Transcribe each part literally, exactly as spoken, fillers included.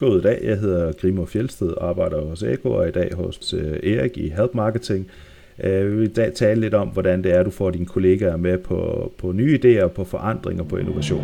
God dag, jeg hedder Grimor Fjeldsted og arbejder hos A K og er i dag hos Erik i Help Marketing. Vi vil i dag tale lidt om, hvordan det er, du får dine kollegaer med på, på nye idéer, på forandring og på innovation.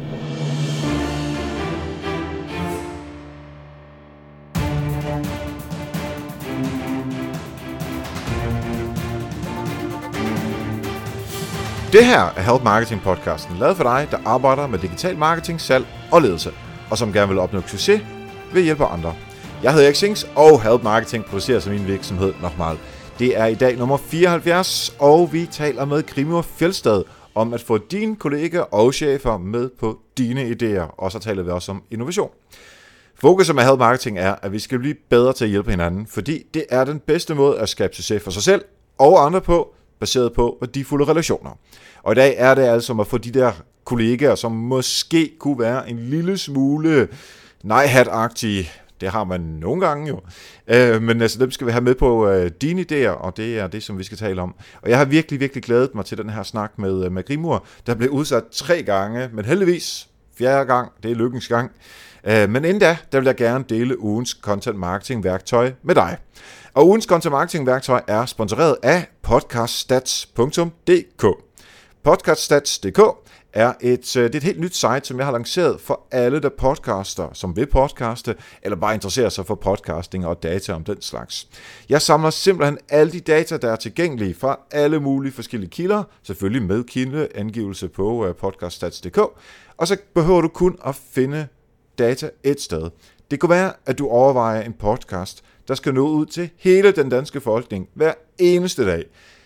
Det her er Help Marketing podcasten, lavet for dig, der arbejder med digital marketing, salg og ledelse, og som gerne vil opnå succes ved at hjælpe andre. Jeg hedder Erik Sings, og Help Marketing producerer som min virksomhed Nochmal. Det er i dag nummer fireoghalvfjerds, og vi taler med Grimor Fjeldsted om at få dine kolleger og chefer med på dine idéer, og så taler vi også om innovation. Fokuset med Help Marketing er, at vi skal blive bedre til at hjælpe hinanden, fordi det er den bedste måde at skabe succes for sig selv og andre på, baseret på værdifulde relationer. Og i dag er det altså om at få de der kollegaer, som måske kunne være en lille smule nej-hat-agtige. Det har man nogle gange jo. Øh, men altså, dem skal vi have med på øh, dine idéer, og det er det, som vi skal tale om. Og jeg har virkelig, virkelig glædet mig til den her snak med, med Grimor, der blev udsat tre gange, men heldigvis fjerde gang, det er lykkens gang. Øh, men inden da, der vil jeg gerne dele ugens content marketing værktøj med dig. Og ugens content marketing værktøj er sponsoreret af podcaststats punktum d k. podcaststats punktum d k er et, det er et helt nyt site, som jeg har lanceret for alle, der podcaster, som vil podcaste, eller bare interesserer sig for podcasting og data om den slags. Jeg samler simpelthen alle de data, der er tilgængelige fra alle mulige forskellige kilder, selvfølgelig med kildeangivelse på podcaststats punktum d k, og så behøver du kun at finde data et sted. Det kunne være, at du overvejer en podcast, der skal nå ud til hele den danske befolkning hver eneste dag.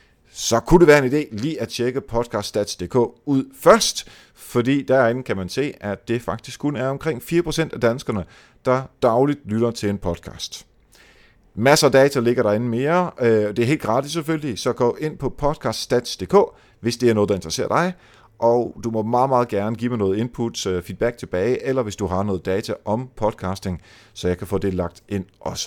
Så kunne det være en idé lige at tjekke podcaststats punktum d k ud først, fordi derinde kan man se, at det faktisk kun er omkring fire procent af danskerne, der dagligt lytter til en podcast. Masser af data ligger derinde mere. Det er helt gratis selvfølgelig, så gå ind på podcaststats punktum d k, hvis det er noget, der interesserer dig. Og du må meget, meget gerne give mig noget input, feedback tilbage, eller hvis du har noget data om podcasting, så jeg kan få det lagt ind også.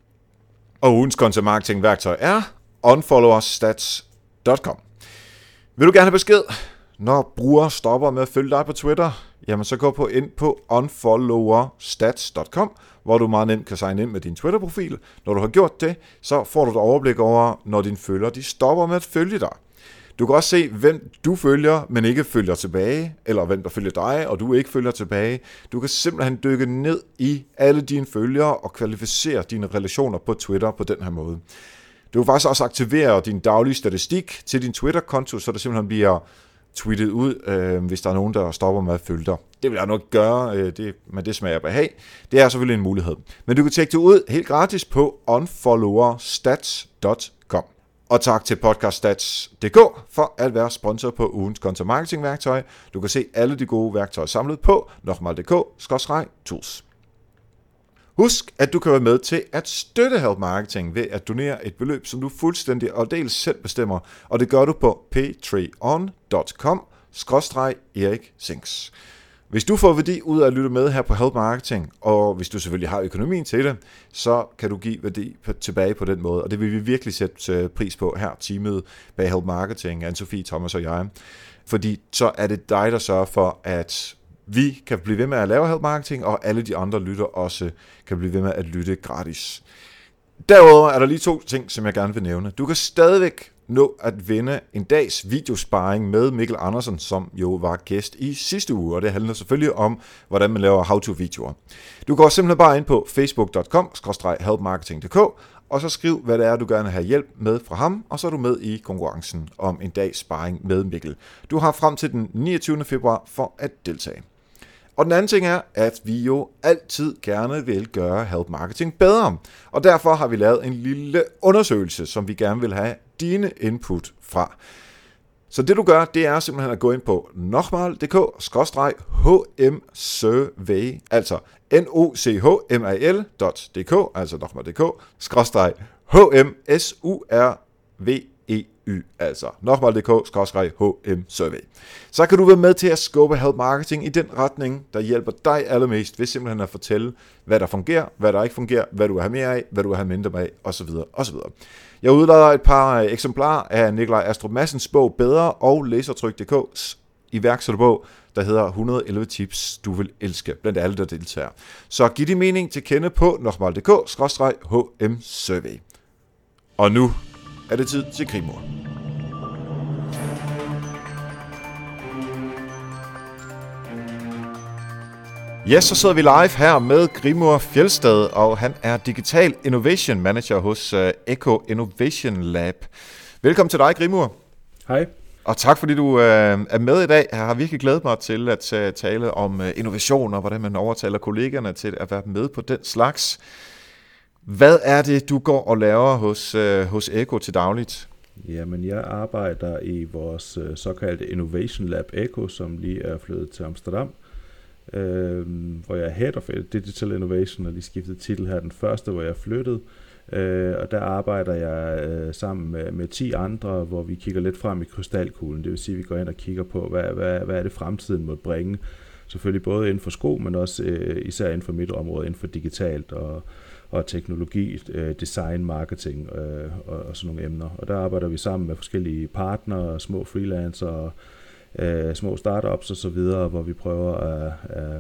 Og ugens content marketing værktøj er unfollowerstats punktum com. Vil du gerne have besked, når brugere stopper med at følge dig på Twitter? Jamen så gå på ind på unfollowerstats punktum com, hvor du meget nemt kan signe ind med din Twitter-profil. Når du har gjort det, så får du et overblik over, når dine følgere de stopper med at følge dig. Du kan også se, hvem du følger, men ikke følger tilbage, eller hvem der følger dig, og du ikke følger tilbage. Du kan simpelthen dykke ned i alle dine følgere og kvalificere dine relationer på Twitter på den her måde. Du kan faktisk også aktivere din daglige statistik til din Twitter-konto, så det simpelthen bliver tweetet ud, øh, hvis der er nogen, der stopper med at følge dig. Det vil jeg nok gøre, øh, det, men det smager behag. Det er selvfølgelig en mulighed. Men du kan tjekke det ud helt gratis på unfollowerstats punktum com. Og tak til podcaststats punktum d k for at være sponsor på ugens content marketing værktøj. Du kan se alle de gode værktøjer samlet på nochmal punktum d k skråstreg tools. Husk, at du kan være med til at støtte Help Marketing ved at donere et beløb, som du fuldstændig og dels selv bestemmer, og det gør du på patreon punktum com skråstreg Erik Sings. Hvis du får værdi ud af at lytte med her på Help Marketing, og hvis du selvfølgelig har økonomien til det, så kan du give værdi tilbage på den måde, og det vil vi virkelig sætte pris på her, teamet bag Help Marketing, Anne-Sophie, Thomas og jeg. Fordi så er det dig, der sørger for, at vi kan blive ved med at lave Help Marketing, og alle de andre lytter også kan blive ved med at lytte gratis. Derudover er der lige to ting, som jeg gerne vil nævne. Du kan stadigvæk nå at vinde en dags videosparing med Mikkel Andersen, som jo var gæst i sidste uge, og det handler selvfølgelig om, hvordan man laver how-to-videoer. Du går simpelthen bare ind på facebook punktum com skråstreg help marketing punktum d k, og så skriv, hvad det er, du gerne vil have hjælp med fra ham, og så er du med i konkurrencen om en dags sparring med Mikkel. Du har frem til den niogtyvende februar for at deltage. Og den anden ting er, at vi jo altid gerne vil gøre Help Marketing bedre. Og derfor har vi lavet en lille undersøgelse, som vi gerne vil have dine input fra. Så det du gør, det er simpelthen at gå ind på nochmal punktum d k skråstreg h m survey, altså n o c h m a l punktum d k, altså nochmal punktum d k skråstreg h m s u r v e y, altså nochmal punktum d k skråstreg h m survey. Så kan du være med til at skubbe Help Marketing i den retning, der hjælper dig allermest ved simpelthen at fortælle, hvad der fungerer, hvad der ikke fungerer, hvad du vil have mere af, hvad du vil have mindre af, osv. osv. Jeg udlader et par eksemplarer af Nikolaj Astrup Madsens bog Bedre og Lasertryk punktum d k's iværksætterbog der hedder et hundrede og elleve tips, du vil elske, blandt alle, der deltager. Så giv din mening til kende på nokmal punktum d k skråstreg h m survey. Og nu er det tid til Grimur. Ja, yes, så sidder vi live her med Grimur Fjeldsted, og han er Digital Innovation Manager hos uh, Echo Innovation Lab. Velkommen til dig, Grimur. Hej. Og tak fordi du uh, er med i dag. Jeg har virkelig glædet mig til at uh, tale om uh, innovation og hvordan man overtaler kollegerne til at være med på den slags. Hvad er det, du går og laver hos, uh, hos Echo til dagligt? Jamen, jeg arbejder i vores uh, såkaldte Innovation Lab Echo, som lige er flyttet til Amsterdam. Øh, hvor jeg er Head of Digital Innovation, og de skiftede titel her den første, hvor jeg flyttede. Øh, og der arbejder jeg øh, sammen med, med ti andre, hvor vi kigger lidt frem i krystalkuglen. Det vil sige, at vi går ind og kigger på, hvad, hvad, hvad er det fremtiden måtte bringe. Selvfølgelig både inden for sko, men også øh, især inden for mit område, inden for digitalt og, og teknologi, øh, design, marketing øh, og, og sådan nogle emner. Og der arbejder vi sammen med forskellige partnere, små freelancere, Uh, små startups og så videre, hvor vi prøver at, at,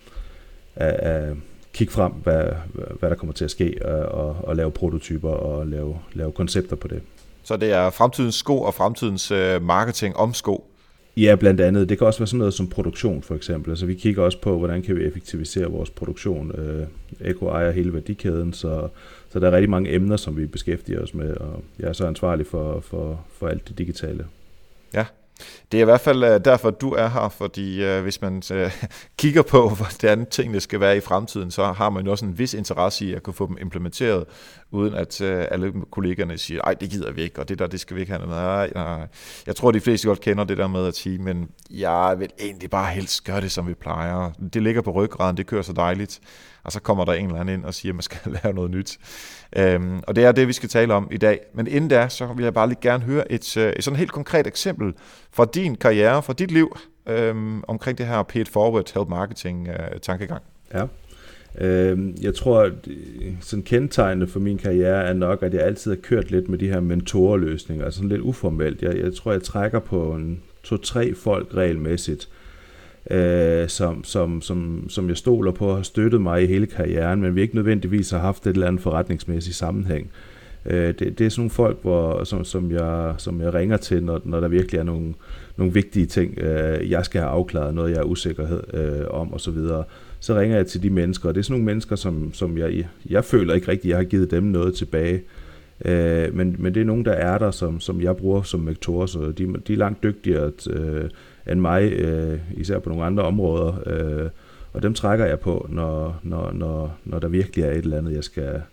at, at kigge frem, hvad, hvad der kommer til at ske, og, og, og lave prototyper og lave, lave koncepter på det. Så det er fremtidens sko og fremtidens uh, marketing om sko? Ja, blandt andet. Det kan også være sådan noget som produktion, for eksempel. Altså, vi kigger også på, hvordan kan vi effektivisere vores produktion. Uh, Echo ejer hele værdikæden, så, så der er rigtig mange emner, som vi beskæftiger os med, og jeg er så ansvarlig for, for, for alt det digitale. Ja. Det er i hvert fald derfor, du er her, fordi øh, hvis man øh, kigger på, hvordan tingene skal være i fremtiden, så har man jo også en vis interesse i at kunne få dem implementeret, uden at øh, alle kollegerne siger, ej, det gider vi ikke, og det der, det skal vi ikke have. Nej, nej. Jeg tror, de fleste godt kender det der med at sige, men jeg vil egentlig bare helst gøre det, som vi plejer. Det ligger på ryggraden, det kører så dejligt, og så kommer der en eller anden ind og siger, at man skal lave noget nyt. Øhm, og det er det, vi skal tale om i dag. Men inden da, så vil jeg bare lige gerne høre et, et sådan helt konkret eksempel fra din karriere, fra dit liv, øhm, omkring det her pay it forward, help marketing øh, tankegang. Ja, øhm, jeg tror, at sådan kendetegnende for min karriere er nok, at jeg altid har kørt lidt med de her mentorløsninger, altså sådan lidt uformelt. Jeg, jeg tror, jeg trækker på en to-tre folk regelmæssigt, Øh, som, som, som, som jeg stoler på og har støttet mig i hele karrieren, men vi ikke nødvendigvis har haft et eller andet forretningsmæssig sammenhæng. Øh, det, det er sådan nogle folk, hvor, som, som, jeg, som jeg ringer til, når, når der virkelig er nogle, nogle vigtige ting, øh, jeg skal have afklaret, noget jeg er usikkerhed øh, om osv. Så, så ringer jeg til de mennesker, og det er sådan nogle mennesker, som, som jeg, jeg føler ikke rigtigt, jeg har givet dem noget tilbage. Øh, men, men det er nogen, der er der, som, som jeg bruger som mentorer, så de, de er langt dygtigere øh, end mig, øh, især på nogle andre områder, øh, og dem trækker jeg på, når, når, når, når der virkelig er et eller andet, jeg skal,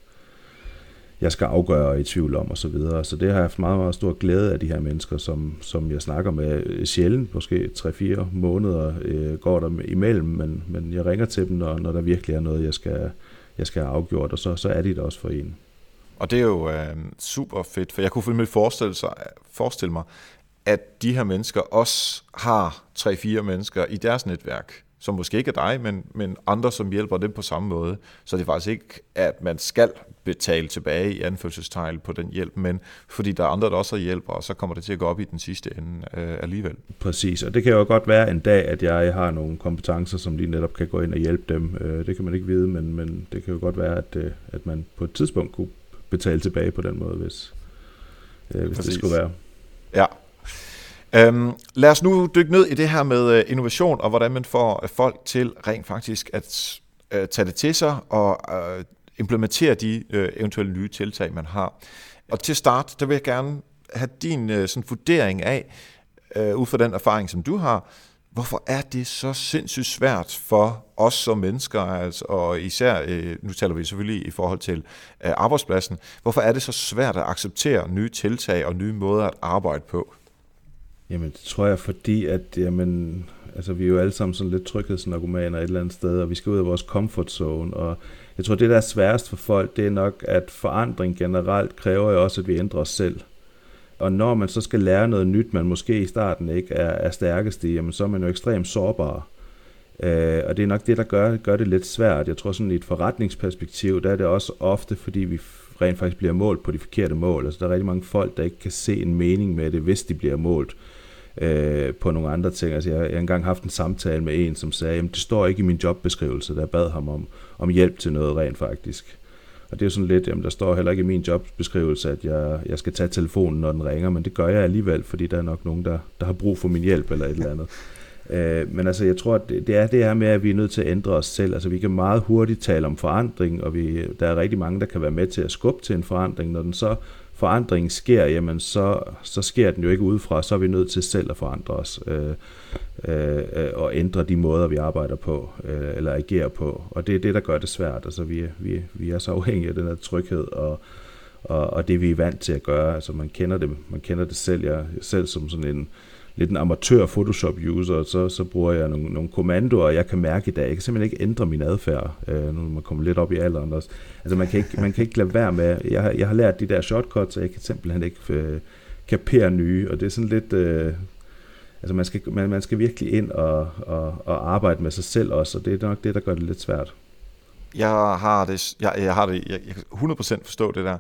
jeg skal afgøre og i tvivl om, og så videre. Så det har jeg haft meget, meget stor glæde af de her mennesker, som, som jeg snakker med sjældent, måske tre-fire måneder øh, går der imellem, men, men jeg ringer til dem, når, når der virkelig er noget, jeg skal, jeg skal have afgjort, og så, så er de der også for en. Og det er jo øh, super fedt, for jeg kunne simpelthen forestille, sig, forestille mig, at de her mennesker også har tre-fire mennesker i deres netværk, som måske ikke er dig, men, men andre, som hjælper dem på samme måde. Så det er faktisk ikke, at man skal betale tilbage i anførselstegn på den hjælp, men fordi der er andre, der også har hjælper, og så kommer det til at gå op i den sidste ende øh, alligevel. Præcis, og det kan jo godt være en dag, at jeg har nogle kompetencer, som lige netop kan gå ind og hjælpe dem. Det kan man ikke vide, men, men det kan jo godt være, at, at man på et tidspunkt kunne betale tilbage på den måde, hvis, øh, hvis det skulle være. Ja. Øhm, lad os nu dykke ned i det her med innovation, og hvordan man får folk til rent faktisk at øh, tage det til sig og øh, implementere de øh, eventuelle nye tiltag, man har. Og til start, der vil jeg gerne have din øh, sådan vurdering af, øh, ud fra den erfaring, som du har, hvorfor er det så sindssygt svært for os som mennesker, altså, og især, øh, nu taler vi selvfølgelig i forhold til øh, arbejdspladsen, hvorfor er det så svært at acceptere nye tiltag og nye måder at arbejde på? Jamen, det tror jeg, fordi at jamen, altså, vi er jo alle sammen sådan lidt tryghedsnarkomaner et eller andet sted, og vi skal ud af vores comfort zone, og jeg tror, det der er sværest for folk, det er nok, at forandring generelt kræver jo også, at vi ændrer os selv. Og når man så skal lære noget nyt, man måske i starten ikke er, er stærkest i, jamen, så er man jo ekstremt sårbar. Øh, og det er nok det, der gør, gør det lidt svært. Jeg tror sådan i et forretningsperspektiv, der er det også ofte, fordi vi rent faktisk bliver målt på de forkerte mål. Altså der er rigtig mange folk, der ikke kan se en mening med det, hvis de bliver målt øh, på nogle andre ting. Altså, jeg, jeg har engang haft en samtale med en, som sagde, jamen det står ikke i min jobbeskrivelse, der bad ham om, om hjælp til noget rent faktisk. Og det er jo sådan lidt, jamen der står heller ikke i min jobbeskrivelse, at jeg, jeg skal tage telefonen, når den ringer, men det gør jeg alligevel, fordi der er nok nogen, der, der har brug for min hjælp eller et eller andet. Øh, men altså, jeg tror, at det, det er det her med, at vi er nødt til at ændre os selv. Altså, vi kan meget hurtigt tale om forandring, og vi, der er rigtig mange, der kan være med til at skubbe til en forandring. Når den så forandringen sker, jamen så, så sker den jo ikke udefra, så er vi nødt til selv at forandre os øh, øh, og ændre de måder, vi arbejder på øh, eller agerer på. Og det er det, der gør det svært. Altså, vi, vi, vi er så afhængige af den her tryghed og, og, og det, vi er vant til at gøre. Altså, man kender det, man kender det selv. Jeg selv som sådan en lidt en amatør Photoshop-user, så, så bruger jeg nogle, nogle kommandoer, og jeg kan mærke i dag, jeg kan simpelthen ikke ændre min adfærd, øh, nu man kommer lidt op i alderen også. Altså man kan ikke, man kan ikke lade være med, jeg har, jeg har lært de der shortcuts, og jeg kan simpelthen ikke øh, kapere nye, og det er sådan lidt, øh, altså man skal, man, man skal virkelig ind og, og, og arbejde med sig selv også, og det er nok det, der gør det lidt svært. Jeg har det, jeg, jeg har det, jeg, jeg kan hundrede procent forstå det der.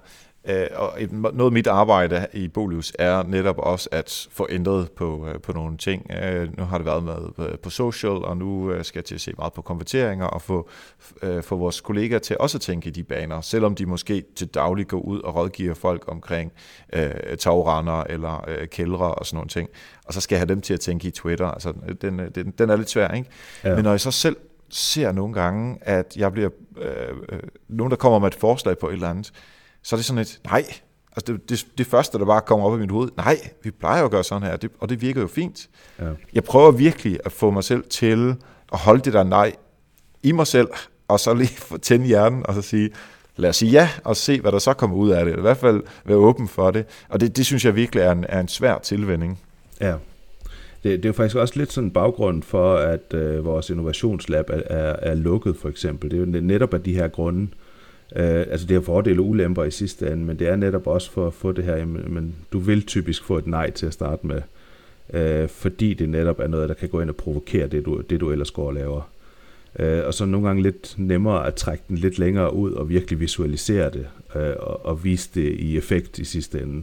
Og noget af mit arbejde i Bolus er netop også at få ændret på, på nogle ting. Nu har det været med på social, og nu skal jeg til at se meget på konverteringer og få, få vores kollegaer til også at tænke i de baner, selvom de måske til daglig går ud og rådgiver folk omkring øh, tagrender eller øh, kældre og sådan nogle ting. Og så skal jeg have dem til at tænke i Twitter. Altså, den, den, den er lidt svær, ikke? Ja. Men når jeg så selv ser nogle gange, at jeg bliver øh, øh, nogen, der kommer med et forslag på et eller andet, så er det sådan et, nej, altså det, det, det første, der bare kommer op i mit hoved, nej, vi plejer at gøre sådan her, det, og det virker jo fint. Ja. Jeg prøver virkelig at få mig selv til at holde det der nej i mig selv, og så lige tænde hjernen, og så sige, lad os sige ja, og se, hvad der så kommer ud af det, eller i hvert fald være åben for det, og det, det synes jeg virkelig er en, er en svær tilvænning. Ja, det, det er jo faktisk også lidt sådan en baggrund for, at øh, vores innovationslab er, er, er lukket, for eksempel. Det er jo netop af de her grunde. Uh, altså det har fordele og ulemper i sidste ende, men det er netop også for at få det her, jamen, men du vil typisk få et nej til at starte med, uh, fordi det netop er noget, der kan gå ind og provokere det, du, det, du ellers går og laver. Uh, og så nogle gange lidt nemmere at trække den lidt længere ud og virkelig visualisere det, uh, og, og vise det i effekt i sidste ende.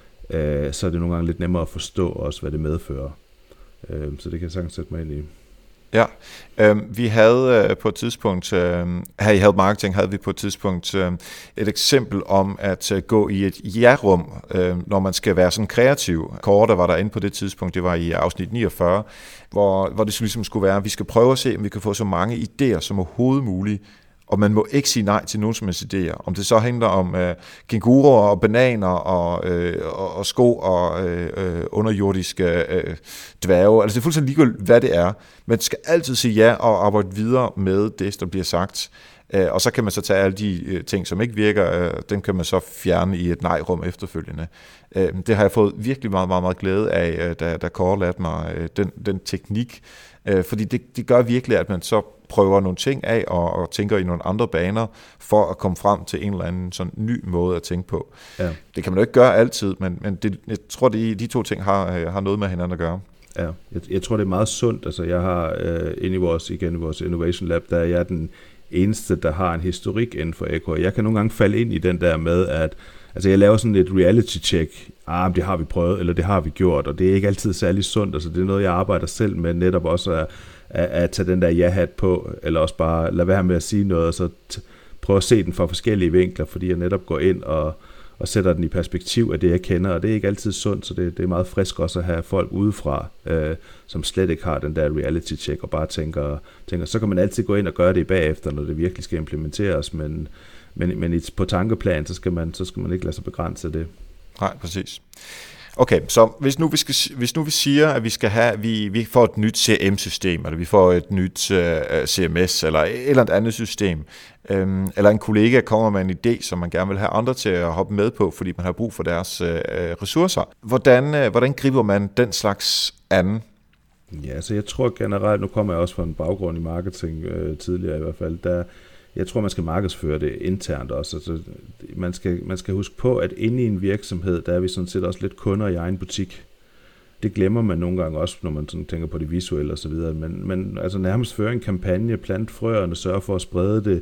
Uh, så er det nogle gange lidt nemmere at forstå også, hvad det medfører. Uh, så det kan jeg sagtens sætte mig ind i. Ja, øh, vi havde øh, på et tidspunkt, øh, her i Help Marketing havde vi på et tidspunkt øh, et eksempel om at øh, gå i et ja-rum, øh, når man skal være sådan kreativ. Kåre, der var der inde på det tidspunkt, det var i afsnit niogfyrre, hvor, hvor det ligesom skulle være, at vi skal prøve at se, om vi kan få så mange idéer som overhovedet muligt, og man må ikke sige nej til nogen som helst idéer. Om det så handler om øh, kænguruer og bananer og, øh, og, og sko og øh, underjordiske øh, dværge. Altså det er fuldstændig ligegyldigt, hvad det er. Man skal altid sige ja og arbejde videre med det, der bliver sagt. Øh, og så kan man så tage alle de øh, ting, som ikke virker, øh, dem kan man så fjerne i et nej-rum efterfølgende. Øh, det har jeg fået virkelig meget, meget, meget glæde af, øh, da, da Kåre lærte mig øh, den, den teknik. Øh, fordi det, det gør virkelig, at man så prøver nogle ting af og, og tænker i nogle andre baner for at komme frem til en eller anden sådan ny måde at tænke på. Ja. Det kan man jo ikke gøre altid, men, men det, jeg tror, de, de to ting har, har noget med hinanden at gøre. Ja, jeg, jeg tror, det er meget sundt. Altså, jeg har øh, inde i vores, igen, i vores Innovation Lab, der er jeg den eneste, der har en historik inden for Echo. Jeg kan nogle gange falde ind i den der med, at altså, jeg laver sådan et reality-check. Ah, det har vi prøvet, eller det har vi gjort, og det er ikke altid særlig sundt. Altså, det er noget, jeg arbejder selv med, netop også at, at, at tage den der ja-hat på, eller også bare lade være med at sige noget, og så t- prøve at se den fra forskellige vinkler, fordi jeg netop går ind og, og sætter den i perspektiv af det, jeg kender, og det er ikke altid sundt, så det, det er meget frisk også at have folk udefra, øh, som slet ikke har den der reality-check, og bare tænker, tænker, så kan man altid gå ind og gøre det bagefter, når det virkelig skal implementeres, men, men, men på tankeplan, så skal, man, så skal man ikke lade sig begrænse det. Nej, præcis. Okay, så hvis nu vi, skal, hvis nu vi siger, at vi skal have, vi, vi får et nyt C R M-system, eller vi får et nyt uh, C M S, eller et eller andet system, um, eller en kollega kommer med en idé, som man gerne vil have andre til at hoppe med på, fordi man har brug for deres uh, ressourcer. Hvordan, uh, hvordan griber man den slags an? Ja, så jeg tror generelt, nu kommer jeg også fra en baggrund i marketing øh, tidligere i hvert fald, der jeg tror, man skal markedsføre det internt også. Altså, man, skal, man skal huske på, at inde i en virksomhed, der er vi sådan set også lidt kunder i egen butik. Det glemmer man nogle gange også, når man sådan tænker på det visuelle og så videre. Men, men altså nærmest føre en kampagne, plante frøerne, sørge for at sprede det,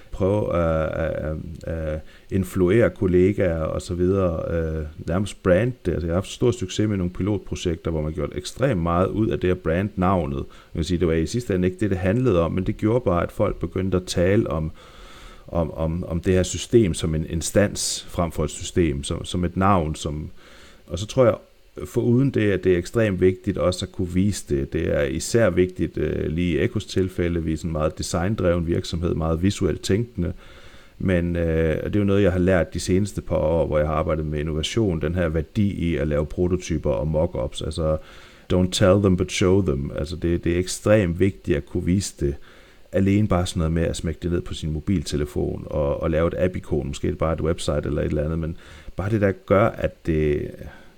prøve at, at, at influere kollegaer og så videre, øh, nærmest brand det. Altså, jeg har haft stor succes med nogle pilotprojekter, hvor man gjorde ekstremt meget ud af det her brand-navnet. Jeg vil sige, det var i sidste ende ikke det, det handlede om, men det gjorde bare, at folk begyndte at tale om, om, om, om det her system som en instans frem for et system, som, som et navn. Som, og så tror jeg, foruden det, at det er ekstremt vigtigt også at kunne vise det. Det er især vigtigt øh, lige i Echos tilfælde, vi er sådan en meget designdreven virksomhed, meget visuelt tænkende, men øh, det er jo noget, jeg har lært de seneste par år, hvor jeg har arbejdet med innovation, den her værdi i at lave prototyper og mock-ups, altså don't tell them, but show them, altså det, det er ekstremt vigtigt at kunne vise det, alene bare sådan noget med at smække det ned på sin mobiltelefon og, og lave et app-ikon, måske bare et website eller et eller andet, men bare det der gør, at det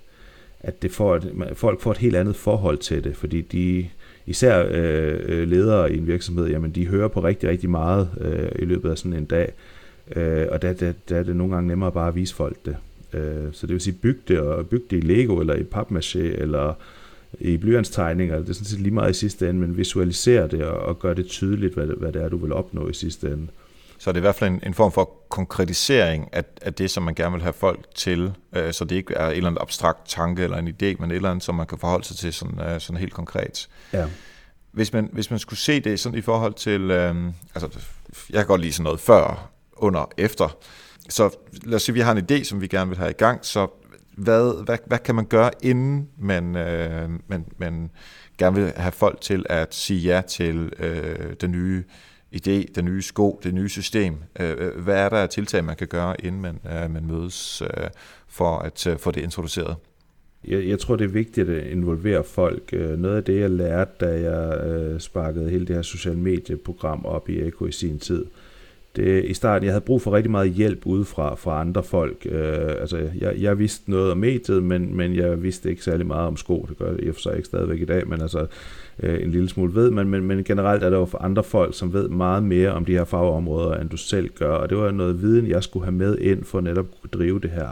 at det får et, folk får et helt andet forhold til det, fordi de, især øh, ledere i en virksomhed, jamen de hører på rigtig, rigtig meget øh, i løbet af sådan en dag, øh, og der, der, der er det nogle gange nemmere bare at vise folk det. Øh, så det vil sige, byg det, og byg det i Lego, eller i papmaché, eller i blyantstegninger, det er sådan set lige meget i sidste ende, men visualisere det, og, og gør det tydeligt, hvad det, hvad det er, du vil opnå i sidste ende. Så er det i hvert fald en, en form for konkretisering af, af det, som man gerne vil have folk til, øh, så det ikke er en eller anden abstrakt tanke eller en idé, men et eller andet, som man kan forholde sig til sådan, øh, sådan helt konkret. Ja. Hvis man, hvis man skulle se det sådan i forhold til, øh, altså jeg kan godt lide sådan noget før, under, efter, så lad os sige, vi har en idé, som vi gerne vil have i gang, så hvad, hvad, hvad kan man gøre, inden man, øh, man, man gerne vil have folk til at sige ja til øh, den nye idé, den nye sko, det nye system. Hvad er der af tiltag, man kan gøre, inden man, man mødes for at få det introduceret? Jeg, jeg tror, det er vigtigt at involvere folk. Noget af det, jeg lærte, da jeg sparkede hele det her social medieprogram op i Echo i sin tid, det, i starten, jeg havde brug for rigtig meget hjælp udefra fra andre folk. Øh, altså, jeg, jeg vidste noget om mediet, men, men jeg vidste ikke særlig meget om sko. Det gør jeg i og for sig ikke stadigvæk i dag, men altså øh, en lille smule ved man. Men, men generelt er der jo for andre folk, som ved meget mere om de her fagområder, end du selv gør. Og det var noget viden, jeg skulle have med ind for netop at kunne drive det her.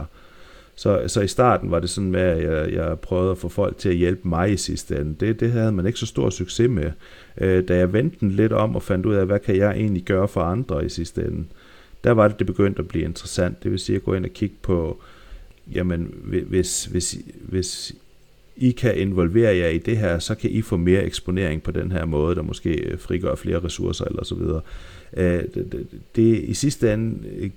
Så, så i starten var det sådan med, at jeg, jeg prøvede at få folk til at hjælpe mig i sidste ende. Det, det havde man ikke så stor succes med. Øh, da jeg vendte den lidt om og fandt ud af, hvad kan jeg egentlig gøre for andre i sidste ende, der var det, det begyndte at blive interessant. Det vil sige at gå ind og kigge på, jamen hvis, hvis, hvis I kan involvere jer i det her, så kan I få mere eksponering på den her måde, der måske frigør flere ressourcer eller så videre. Det, det, det, i sidste ende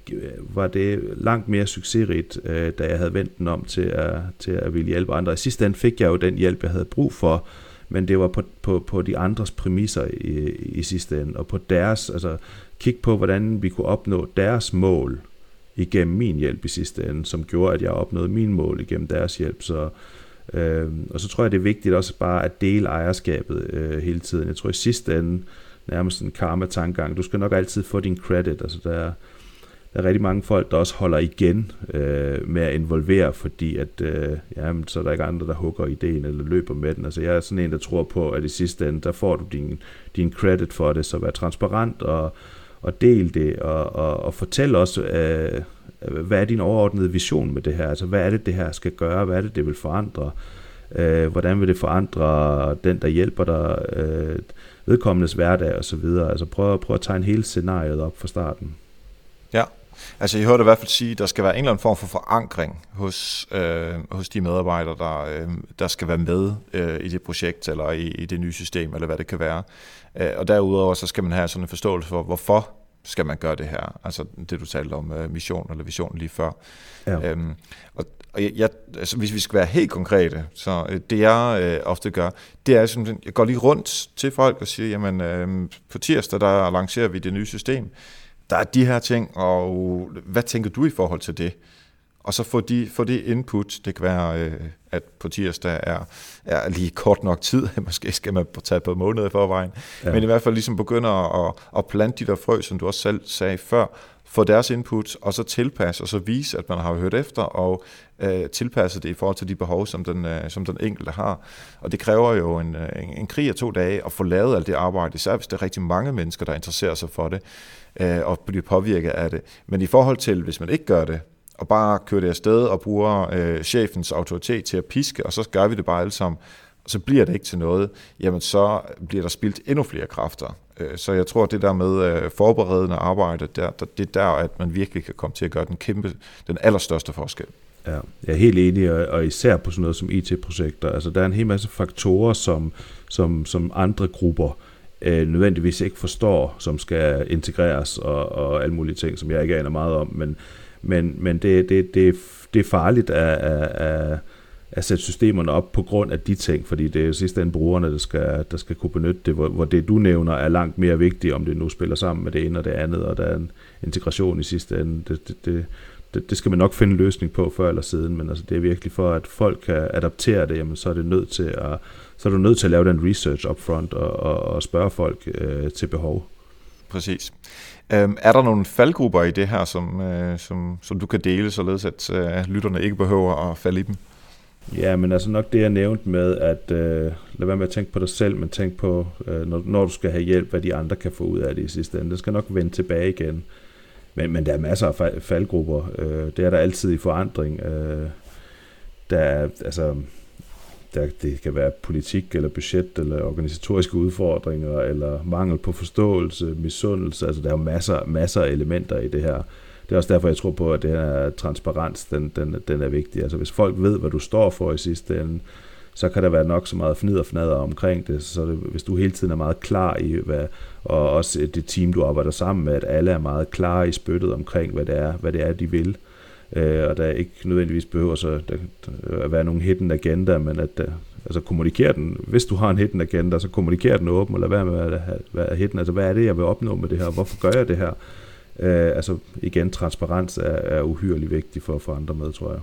var det langt mere succesrigt, da jeg havde vendt den om til at, til at ville hjælpe andre. I sidste ende fik jeg jo den hjælp, jeg havde brug for, men det var på, på, på de andres præmisser i, i sidste ende, og på deres, altså kigge på, hvordan vi kunne opnå deres mål igennem min hjælp i sidste ende, som gjorde, at jeg opnåede min mål igennem deres hjælp. Så, øh, og så tror jeg, det er vigtigt også bare at dele ejerskabet øh, hele tiden. Jeg tror i sidste ende, nærmest en karma-tankegang. Du skal nok altid få din credit. Altså, der, er, der er rigtig mange folk, der også holder igen øh, med at involvere, fordi at, øh, jamen, så er der ikke andre, der hugger ideen eller løber med den. Altså, jeg er sådan en, der tror på, at i sidste ende, der får du din, din credit for det, så vær transparent og, og del det, og, og, og fortæl også, øh, hvad er din overordnede vision med det her? Altså, hvad er det, det her skal gøre? Hvad er det, det vil forandre? Øh, hvordan vil det forandre den, der hjælper dig? Øh, vedkommendes hverdag og så videre. Altså prøv, prøv at tegne hele scenariet op fra starten. Ja, altså jeg hørte i hvert fald sige, at der skal være en eller anden form for forankring hos, øh, hos de medarbejdere, der, øh, der skal være med øh, i det projekt eller i, i det nye system, eller hvad det kan være. Øh, og derudover så skal man have sådan en forståelse for, hvorfor skal man gøre det her? Altså det du talte om øh, mission eller vision lige før. Ja. Øhm, og Og jeg, jeg, altså, hvis vi skal være helt konkrete, så øh, det jeg øh, ofte gør, det er simpelthen, jeg går lige rundt til folk og siger, jamen øh, på tirsdag, der lancerer vi det nye system. Der er de her ting, og hvad tænker du i forhold til det? Og så få de, få det input. Det kan være, øh, at på tirsdag er, er lige kort nok tid. Måske skal man tage et par måneder i forvejen. Ja. Men i hvert fald ligesom begynder at, at plante de der frø, som du også selv sagde før, få deres input, og så tilpasse, og så vise, at man har hørt efter, og øh, tilpasse det i forhold til de behov, som den, øh, som den enkelte har. Og det kræver jo en, en, en krig af to dage at få lavet alt det arbejde, især hvis der er rigtig mange mennesker, der interesserer sig for det, øh, og bliver påvirket af det. Men i forhold til, hvis man ikke gør det, og bare kører det afsted og bruger øh, chefens autoritet til at piske, og så gør vi det bare alle sammen, og så bliver det ikke til noget, jamen så bliver der spildt endnu flere kræfter. Så jeg tror, det der med forberedende arbejde, der, det er der, at man virkelig kan komme til at gøre den kæmpe, den allerstørste forskel. Ja, jeg er helt enig, og især på sådan noget som I T-projekter. Altså, der er en hel masse faktorer, som, som, som andre grupper øh, nødvendigvis ikke forstår, som skal integreres og, og alle mulige ting, som jeg ikke aner meget om. Men, men, men det, det, det, det er farligt at, at, at sætte systemerne op på grund af de ting, fordi det er jo sidst ende brugerne, der skal, der skal kunne benytte det, hvor, hvor det, du nævner, er langt mere vigtigt, om det nu spiller sammen med det ene og det andet, og der er en integration i sidste ende. Det, det, det, Det, det skal man nok finde en løsning på før eller siden, men altså det er virkelig for, at folk kan adaptere det, jamen så er det nødt til at, så er du nødt til at lave den research upfront og, og, og spørge folk øh, til behov. Præcis. Øhm, er der nogle faldgrupper i det her, som, øh, som, som du kan dele, således at øh, lytterne ikke behøver at falde i dem? Ja, men altså nok det, jeg nævnte med, at øh, lad være med at tænke på dig selv, men tænk på, øh, når, når du skal have hjælp, hvad de andre kan få ud af det i sidste ende. Det skal nok vende tilbage igen. Men, men der er masser af faldgrupper. Øh, det er der altid i forandring. Øh, der er, altså, der, det kan være politik, eller budget, eller organisatoriske udfordringer, eller mangel på forståelse, misundelse. Altså, der er masser, masser af elementer i det her. Det er også derfor, jeg tror på, at det her transparens, den, den, den er vigtig. Altså, hvis folk ved, hvad du står for i sidste ende, så kan der være nok så meget fnid og fnader omkring det. Så det, hvis du hele tiden er meget klar i, hvad, og også det team, du arbejder sammen med, at alle er meget klare i spyttet omkring, hvad det er, hvad det er de vil. Øh, og der ikke nødvendigvis behøver så der, der, at være nogen hidden agenda, men at der, altså kommunikere den. Hvis du har en hidden agenda, så kommunikere den åben, og lad være med at være hidden. Altså, hvad er det, jeg vil opnå med det her? Hvorfor gør jeg det her? Øh, altså, igen, transparens er, er uhyreligt vigtig for at få andre med, tror jeg.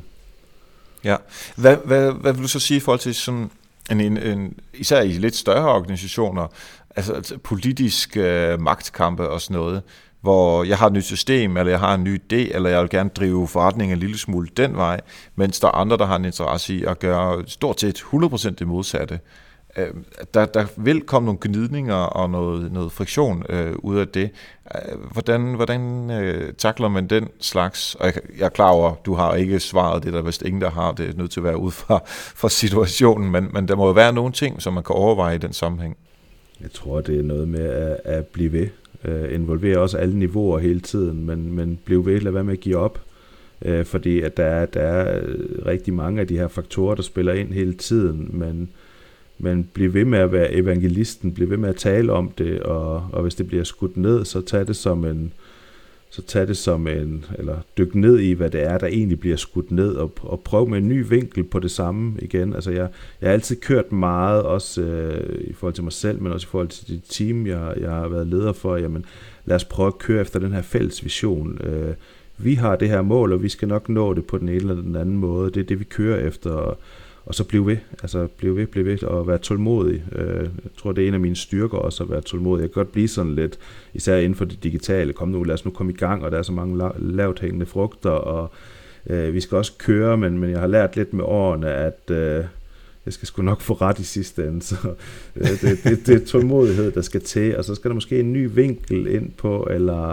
Ja. Hvad, hvad, hvad vil du så sige i forhold til sådan en, en, en især i lidt større organisationer, altså politiske øh, magtkampe og sådan noget, hvor jeg har et nyt system, eller jeg har en ny idé, eller jeg vil gerne drive forretningen en lille smule den vej, mens der er andre, der har en interesse i at gøre stort set hundrede procent det modsatte. Øh, der, der vil komme nogle gnidninger og noget, noget friktion øh, ud af det. Hvordan, hvordan øh, takler man den slags? Og jeg, jeg er klar over, du har ikke svaret, det er der vist ingen, der har. Det er nødt til at være ud fra, fra situationen, men, men der må jo være nogle ting, som man kan overveje i den sammenhæng. Jeg tror, det er noget med at, at blive ved. Uh, involvere også alle niveauer hele tiden, men, men blive ved, lad være med at give op. Uh, fordi at der, er, der er rigtig mange af de her faktorer, der spiller ind hele tiden, men Men bliv ved med at være evangelisten, bliv ved med at tale om det, og, og hvis det bliver skudt ned, så tag det som en, så tag det som en, eller dyk ned i, hvad det er, der egentlig bliver skudt ned, og, og prøv med en ny vinkel på det samme igen. Altså jeg, jeg har altid kørt meget, også øh, i forhold til mig selv, men også i forhold til det team, jeg, jeg har været leder for. Jamen, lad os prøve at køre efter den her fælles vision. Øh, vi har det her mål, og vi skal nok nå det på den ene eller den anden måde. Det er det, vi kører efter, og Og så blive ved, altså blive ved, blive ved, og være tålmodig. Jeg tror, det er en af mine styrker også, at være tålmodig. Jeg kan godt blive sådan lidt, især inden for det digitale, kom nu, lad os nu komme i gang, og der er så mange lavt hængende frugter, og øh, vi skal også køre, men, men jeg har lært lidt med årene, at øh, jeg skal sgu nok få ret i sidste ende, så øh, det, det, det er tålmodighed, der skal til, og så skal der måske en ny vinkel ind på, eller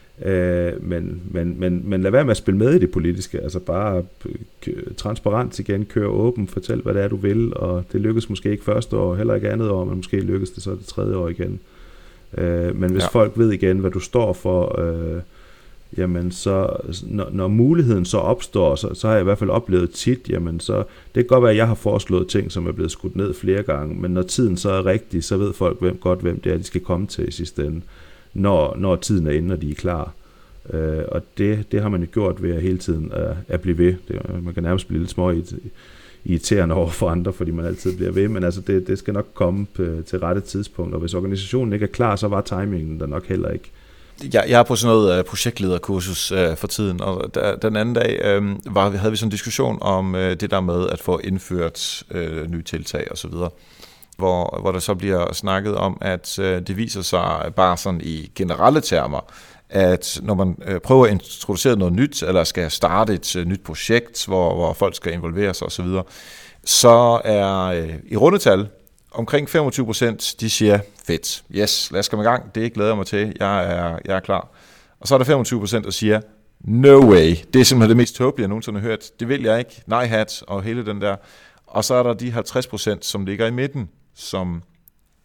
Øh, men, men, men, men lad være med at spille med i det politiske, altså bare transparent igen, køre åben, fortæl hvad det er du vil, og det lykkes måske ikke første år, heller ikke andet år, men måske lykkes det så det tredje år igen. Øh, men hvis ja. folk ved igen, hvad du står for, øh, jamen så, når, når muligheden så opstår, så, så har jeg i hvert fald oplevet tit, jamen så, det kan godt være, at jeg har foreslået ting, som er blevet skudt ned flere gange, men når tiden så er rigtig, så ved folk hvem, godt, hvem det er, de skal komme til i sidste ende. Når, når tiden er inde, og de er klar. Øh, og det, det har man jo gjort ved at hele tiden at, at blive ved. Det, man kan nærmest blive lidt små irriterende over for andre, fordi man altid bliver ved, men altså det, det skal nok komme på, til rette tidspunkt, og hvis organisationen ikke er klar, så var timingen der nok heller ikke. Jeg, jeg er på sådan noget uh, projektlederkursus uh, for tiden, og der, den anden dag um, var, havde vi sådan en diskussion om uh, det der med at få indført uh, nye tiltag osv., Hvor, hvor der så bliver snakket om, at øh, det viser sig bare sådan i generelle termer, at når man øh, prøver at introducere noget nyt, eller skal starte et øh, nyt projekt, hvor, hvor folk skal involvere sig osv., så er øh, i rundetal omkring femogtyve procent, de siger, fedt, yes, lad os komme i gang, det glæder jeg mig til, jeg er, jeg er klar. Og så er der femogtyve procent, der siger, no way, det er simpelthen det mest tåbelige, jeg nogensinde har hørt, det vil jeg ikke, nej hat, og hele den der. Og så er der de halvtreds procent, som ligger i midten, som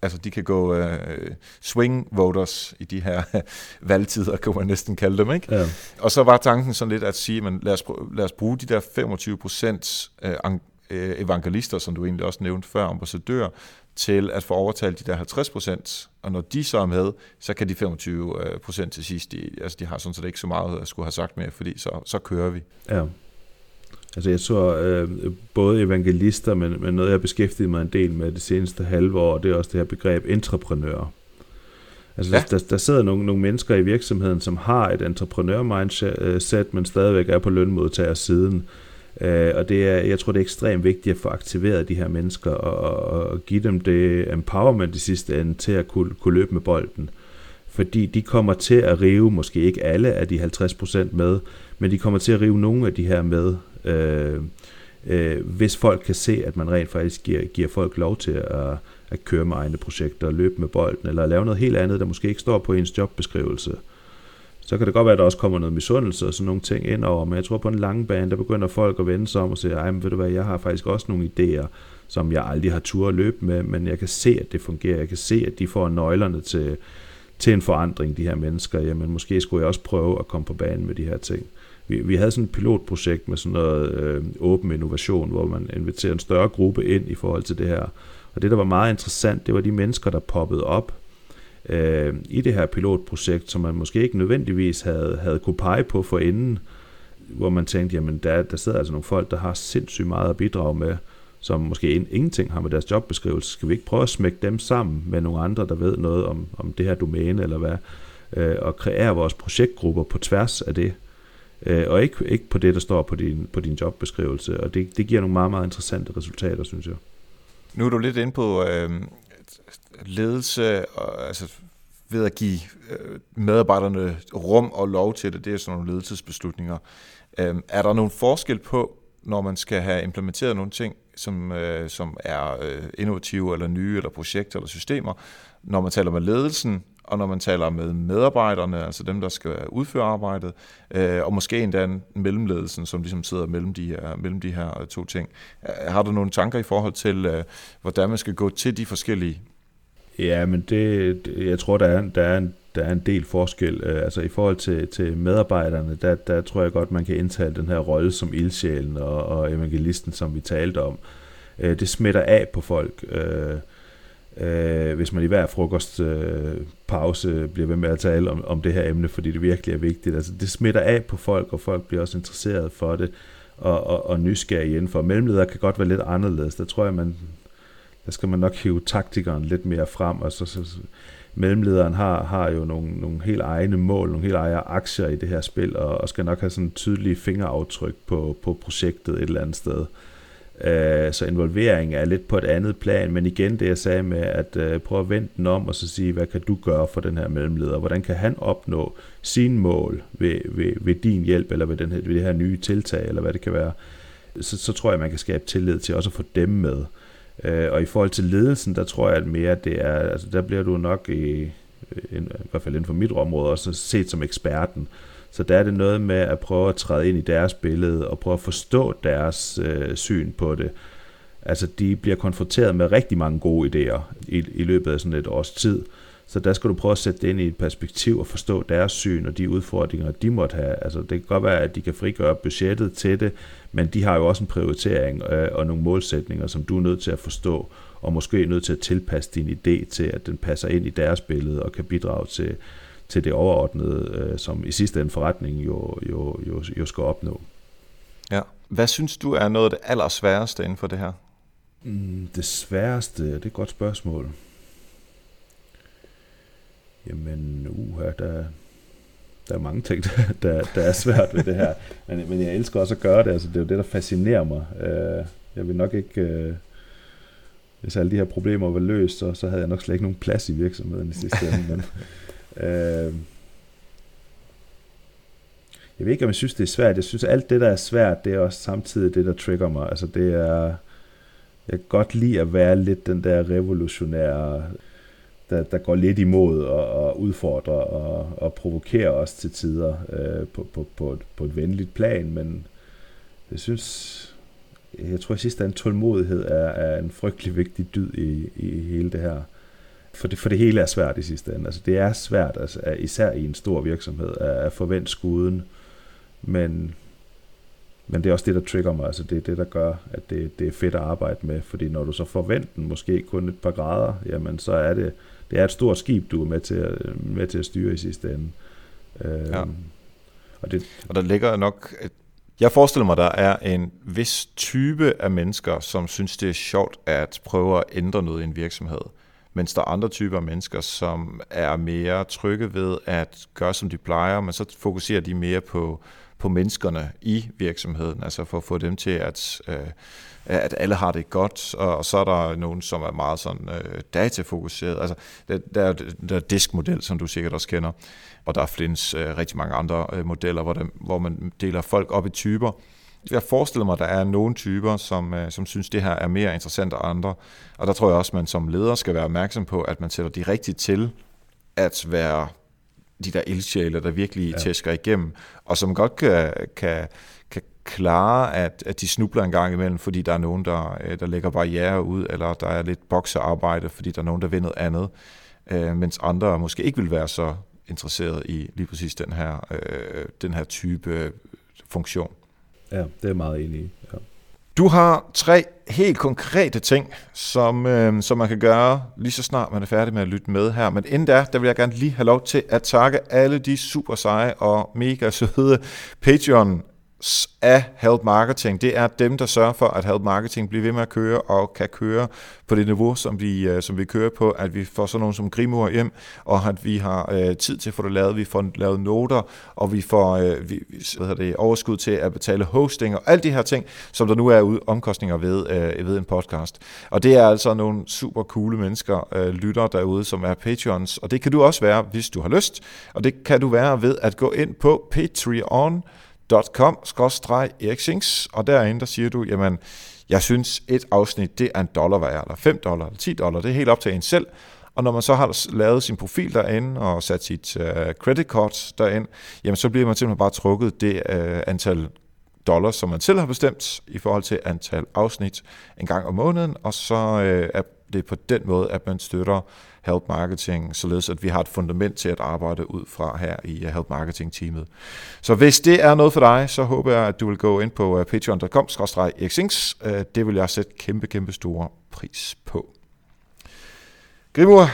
altså de kan gå øh, swing voters i de her valgtider, kan man næsten kalde dem, ikke? Ja. Og så var tanken sådan lidt at sige, men lad os, lad os bruge de der femogtyve procent øh, evangelister, som du egentlig også nævnte før, ambassadører, til at få overtalt de der halvtreds procent, og når de så er med, så kan de femogtyve procent til sidst, de, altså de har sådan set ikke så meget at skulle have sagt mere, fordi så, så kører vi. Ja. Altså jeg så øh, både evangelister, men, men noget jeg beskæftigede mig en del med det seneste halve år, det er også det her begreb entreprenører. Altså ja. der, der sidder nogle, nogle mennesker i virksomheden, som har et entreprenør-mindset, men stadigvæk er på lønmodtagersiden. Uh, og det er, jeg tror, det er ekstremt vigtigt at få aktiveret de her mennesker og, og give dem det empowerment i sidste ende til at kunne, kunne løbe med bolden. Fordi de kommer til at rive, måske ikke alle af de halvtreds procent med, men de kommer til at rive nogle af de her med, uh, uh, hvis folk kan se, at man rent faktisk giver, giver folk lov til at, at køre med egne projekter og løbe med bolden, eller lave noget helt andet, der måske ikke står på ens jobbeskrivelse. Så kan det godt være, at der også kommer noget misundelse og sådan nogle ting ind over, men jeg tror på en lang bane, der begynder folk at vende sig om og sige, ej, men ved du hvad, jeg har faktisk også nogle idéer, som jeg aldrig har tur at løbe med, men jeg kan se, at det fungerer. Jeg kan se, at de får nøglerne til, til en forandring, de her mennesker. Jamen, måske skulle jeg også prøve at komme på banen med de her ting. Vi, vi havde sådan et pilotprojekt med sådan noget øh, åben innovation, hvor man inviterer en større gruppe ind i forhold til det her. Og det, der var meget interessant, det var de mennesker, der poppede op øh, i det her pilotprojekt, som man måske ikke nødvendigvis havde, havde kunne pege på forinden, hvor man tænkte, jamen der, der sidder altså nogle folk, der har sindssygt meget at bidrage med, som måske ingenting har med deres jobbeskrivelse. Skal vi ikke prøve at smække dem sammen med nogle andre, der ved noget om, om det her domæne, eller hvad, øh, og kreere vores projektgrupper på tværs af det, øh, og ikke, ikke på det, der står på din, på din jobbeskrivelse, og det, det giver nogle meget, meget interessante resultater, synes jeg. Nu er du lidt inde på øh, ledelse, og, altså ved at give øh, medarbejderne rum og lov til det, det er sådan nogle ledelsesbeslutninger. Øh, er der nogen forskel på, når man skal have implementeret nogle ting, som, øh, som er øh, innovative eller nye, eller projekter eller systemer, når man taler med ledelsen, og når man taler med medarbejderne, altså dem, der skal udføre arbejdet, øh, og måske endda en mellemledelsen, som ligesom sidder mellem de her, mellem de her to ting. Har du nogle tanker i forhold til, øh, hvordan man skal gå til de forskellige? Ja, men det, jeg tror, der er, der er, en, der er en del forskel. Altså i forhold til, til medarbejderne, der, der tror jeg godt, man kan indtale den her rolle som ildsjælen og, og evangelisten, som vi talte om. Det smitter af på folk. Øh, hvis man i hver frokostpause øh, bliver ved med at tale om, om det her emne, fordi det virkelig er vigtigt. Altså, det smitter af på folk, og folk bliver også interesseret for det, og, og, og nysgerrige indenfor. Mellemledere kan godt være lidt anderledes. Der tror jeg, man, der skal man nok hive taktikeren lidt mere frem, og så, så, så mellemlederen har, har jo nogle, nogle helt egne mål, nogle helt egne aktier i det her spil, og, og skal nok have sådan tydelige fingeraftryk på, på projektet et eller andet sted. Så involvering er lidt på et andet plan, men igen det jeg sagde med at uh, prøve at vende den om og så sige, hvad kan du gøre for den her mellemleder? Hvordan kan han opnå sine mål ved, ved, ved din hjælp, eller ved, den her, ved det her nye tiltag, eller hvad det kan være? Så, så tror jeg, man kan skabe tillid til også at få dem med. Uh, og i forhold til ledelsen, der tror jeg at mere, det er, altså der bliver du nok i, i hvert fald inden for mit område også set som eksperten. Så der er det noget med at prøve at træde ind i deres billede og prøve at forstå deres øh, syn på det. Altså de bliver konfronteret med rigtig mange gode idéer i, i løbet af sådan et års tid. Så der skal du prøve at sætte det ind i et perspektiv og forstå deres syn og de udfordringer, de måtte have. Altså det kan godt være, at de kan frigøre budgettet til det, men de har jo også en prioritering øh, og nogle målsætninger, som du er nødt til at forstå, og måske er nødt til at tilpasse din idé til, at den passer ind i deres billede og kan bidrage til til det overordnede, øh, som i sidste ende forretning jo, jo, jo, jo skal opnå. Ja. Hvad synes du er noget af det allersværeste inden for det her? Mm, det sværeste, det er et godt spørgsmål. Jamen, uha, der, der er mange ting, der, der er svært ved det her. Men, men jeg elsker også at gøre det, altså det er jo det, der fascinerer mig. Jeg vil nok ikke, hvis alle de her problemer var løst, så, så havde jeg nok slet ikke nogen plads i virksomheden i sidste ende, men Uh, jeg ved ikke, om jeg synes, det er svært. Jeg synes, at alt det, der er svært, det er også samtidig det, der trigger mig. Altså, det er... Jeg kan godt lide at være lidt den der revolutionære, der, der går lidt imod og, og udfordrer og, og provokerer os til tider uh, på, på, på, på et venligt plan, men jeg synes... Jeg tror, at sidst en tålmodighed er, er en frygtelig vigtig dyd i, i hele det her. For det, for det hele er svært i sidste ende. Altså, det er svært, altså, især i en stor virksomhed, at forvente skuden, men, men det er også det, der trigger mig. Altså, det er det, der gør, at det, det er fedt at arbejde med, fordi når du så forventer den måske kun et par grader, jamen så er det, det er et stort skib, du er med til at, med til at styre i sidste ende. Ja. Øhm, og, det, og der ligger nok... Et Jeg forestiller mig, der er en vis type af mennesker, som synes, det er sjovt at prøve at ændre noget i en virksomhed, mens der er andre typer af mennesker, som er mere trygge ved at gøre, som de plejer, men så fokuserer de mere på, på menneskerne i virksomheden, altså for at få dem til, at, øh, at alle har det godt, og, og så er der nogen, som er meget sådan øh, datafokuseret. Altså, der, der er der er diskmodel, som du sikkert også kender, og der findes øh, rigtig mange andre øh, modeller, hvor, det, hvor man deler folk op i typer. Jeg forestiller mig, at der er nogle typer, som, øh, som synes, det her er mere interessant end andre, og der tror jeg også, at man som leder skal være opmærksom på, at man sætter de rigtige til at være de der ildsjæle, der virkelig ja. tæsker igennem, og som godt kan, kan, kan klare, at, at de snubler en gang imellem, fordi der er nogen, der, der lægger barrierer ud, eller der er lidt boksearbejde, fordi der er nogen, der vil noget andet, øh, mens andre måske ikke vil være så interesseret i lige præcis den her, øh, den her type funktion. Ja, det er meget enig i. Ja. Du har tre helt konkrete ting, som, øh, som man kan gøre lige så snart man er færdig med at lytte med her. Men inden da, der vil jeg gerne lige have lov til at takke alle de super seje og mega søde Patreon af Help Marketing. Det er dem, der sørger for, at Help Marketing bliver ved med at køre og kan køre på det niveau, som vi, som vi kører på, at vi får sådan nogen som Grimur hjem, og at vi har øh, tid til at få det lavet, vi får lavet noter, og vi får øh, vi, hvad hedder det, overskud til at betale hosting og alle de her ting, som der nu er ude, omkostninger ved, øh, ved en podcast. Og det er altså nogle super coole mennesker, øh, lytter derude, som er Patreons, og det kan du også være, hvis du har lyst, og det kan du være ved at gå ind på Patreon punktum com skråstreg Erik Sings, og derinde der siger du, jamen, jeg synes et afsnit, det er en dollar værd, eller fem dollar, eller ti dollar, det er helt op til en selv, og når man så har lavet sin profil derinde, og sat sit uh, credit card derinde, jamen så bliver man simpelthen bare trukket det uh, antal dollars, som man selv har bestemt, i forhold til antal afsnit en gang om måneden, og så uh, er det på den måde, at man støtter Help Marketing, således at vi har et fundament til at arbejde ud fra her i Help Marketing-teamet. Så hvis det er noget for dig, så håber jeg, at du vil gå ind på patreon punktum com skråstreg Erik Sings. Det vil jeg sætte kæmpe, kæmpe store pris på. Grimur,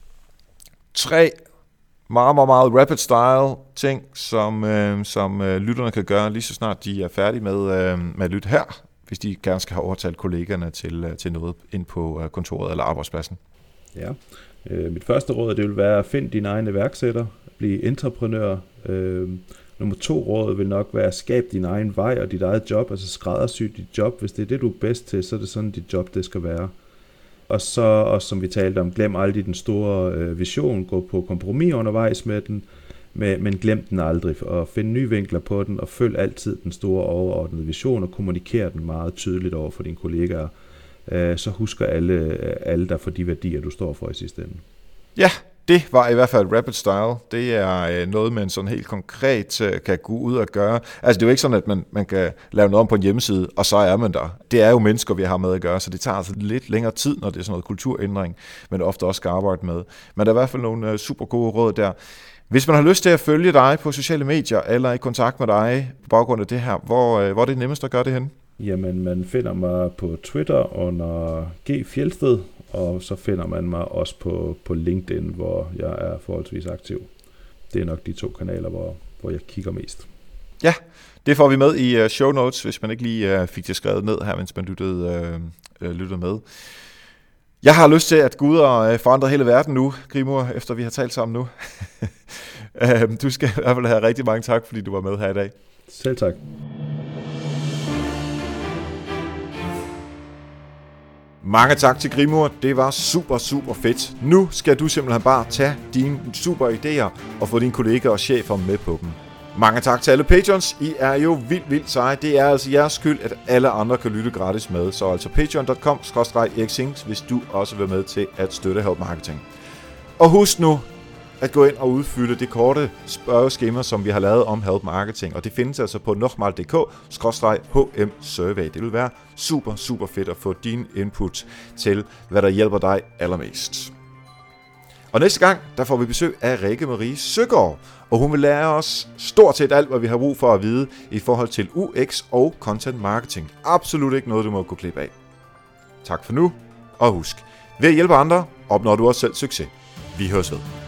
tre meget, meget, meget rapid style ting, som, øh, som øh, lytterne kan gøre lige så snart de er færdige med, øh, med at lytte her, hvis de gerne skal have overtalt kollegerne til, øh, til noget ind på øh, kontoret eller arbejdspladsen. Ja, øh, mit første råd, det vil være at finde dine egne iværksætter, blive entreprenør. Øh, nummer to råd vil nok være at skabe din egen vej og dit eget job, altså skræddersy dit job. Hvis det er det, du er bedst til, så er det sådan, dit job det skal være. Og så også, som vi talte om, glem aldrig den store øh, vision, gå på kompromis undervejs med den, med, men glem den aldrig, og find nye vinkler på den, og følg altid den store overordnede vision, og kommuniker den meget tydeligt over for dine kollegaer. Øh, så husker alle, alle der for de værdier, du står for i sidste ende. Ja, det var i hvert fald rapid style. Det er noget, man sådan helt konkret kan gå ud og gøre. Altså det er jo ikke sådan, at man, man kan lave noget om på en hjemmeside, og så er man der. Det er jo mennesker, vi har med at gøre, så det tager altså lidt længere tid, når det er sådan noget kulturændring, men ofte også skal arbejde med. Men der er i hvert fald nogle super gode råd der. Hvis man har lyst til at følge dig på sociale medier, eller i kontakt med dig på baggrund af det her, hvor, hvor er det nemmest at gøre det henne? Jamen, man finder mig på Twitter under G. Fjelsted, og så finder man mig også på, på LinkedIn, hvor jeg er forholdsvis aktiv. Det er nok de to kanaler, hvor, hvor jeg kigger mest. Ja, det får vi med i show notes, hvis man ikke lige fik det skrevet ned her, mens man lyttede, øh, lyttede med. Jeg har lyst til at gå ud og forandre hele verden nu, Grimur, efter vi har talt sammen nu. Du skal i hvert fald have rigtig mange tak, fordi du var med her i dag. Selv tak. Mange tak til Grimur. Det var super, super fedt. Nu skal du simpelthen bare tage dine super idéer og få dine kollegaer og chefer med på dem. Mange tak til alle patrons. I er jo vildt, vildt seje. Det er altså jeres skyld, at alle andre kan lytte gratis med. Så altså patreon punktum com skråstreg Erik Sings, hvis du også vil med til at støtte Help Marketing. Og husk nu at gå ind og udfylde det korte spørgeskema, som vi har lavet om Help Marketing. Og det findes altså på nokmal punktum dk skråstreg H M survey. Det vil være super, super fedt at få din input til, hvad der hjælper dig allermest. Og næste gang, der får vi besøg af Rikke Marie Søgaard, og hun vil lære os stort set alt, hvad vi har brug for at vide i forhold til U X og content marketing. Absolut ikke noget, du må gå glip af. Tak for nu, og husk, ved at hjælpe andre, opnår du også selv succes. Vi høres ved.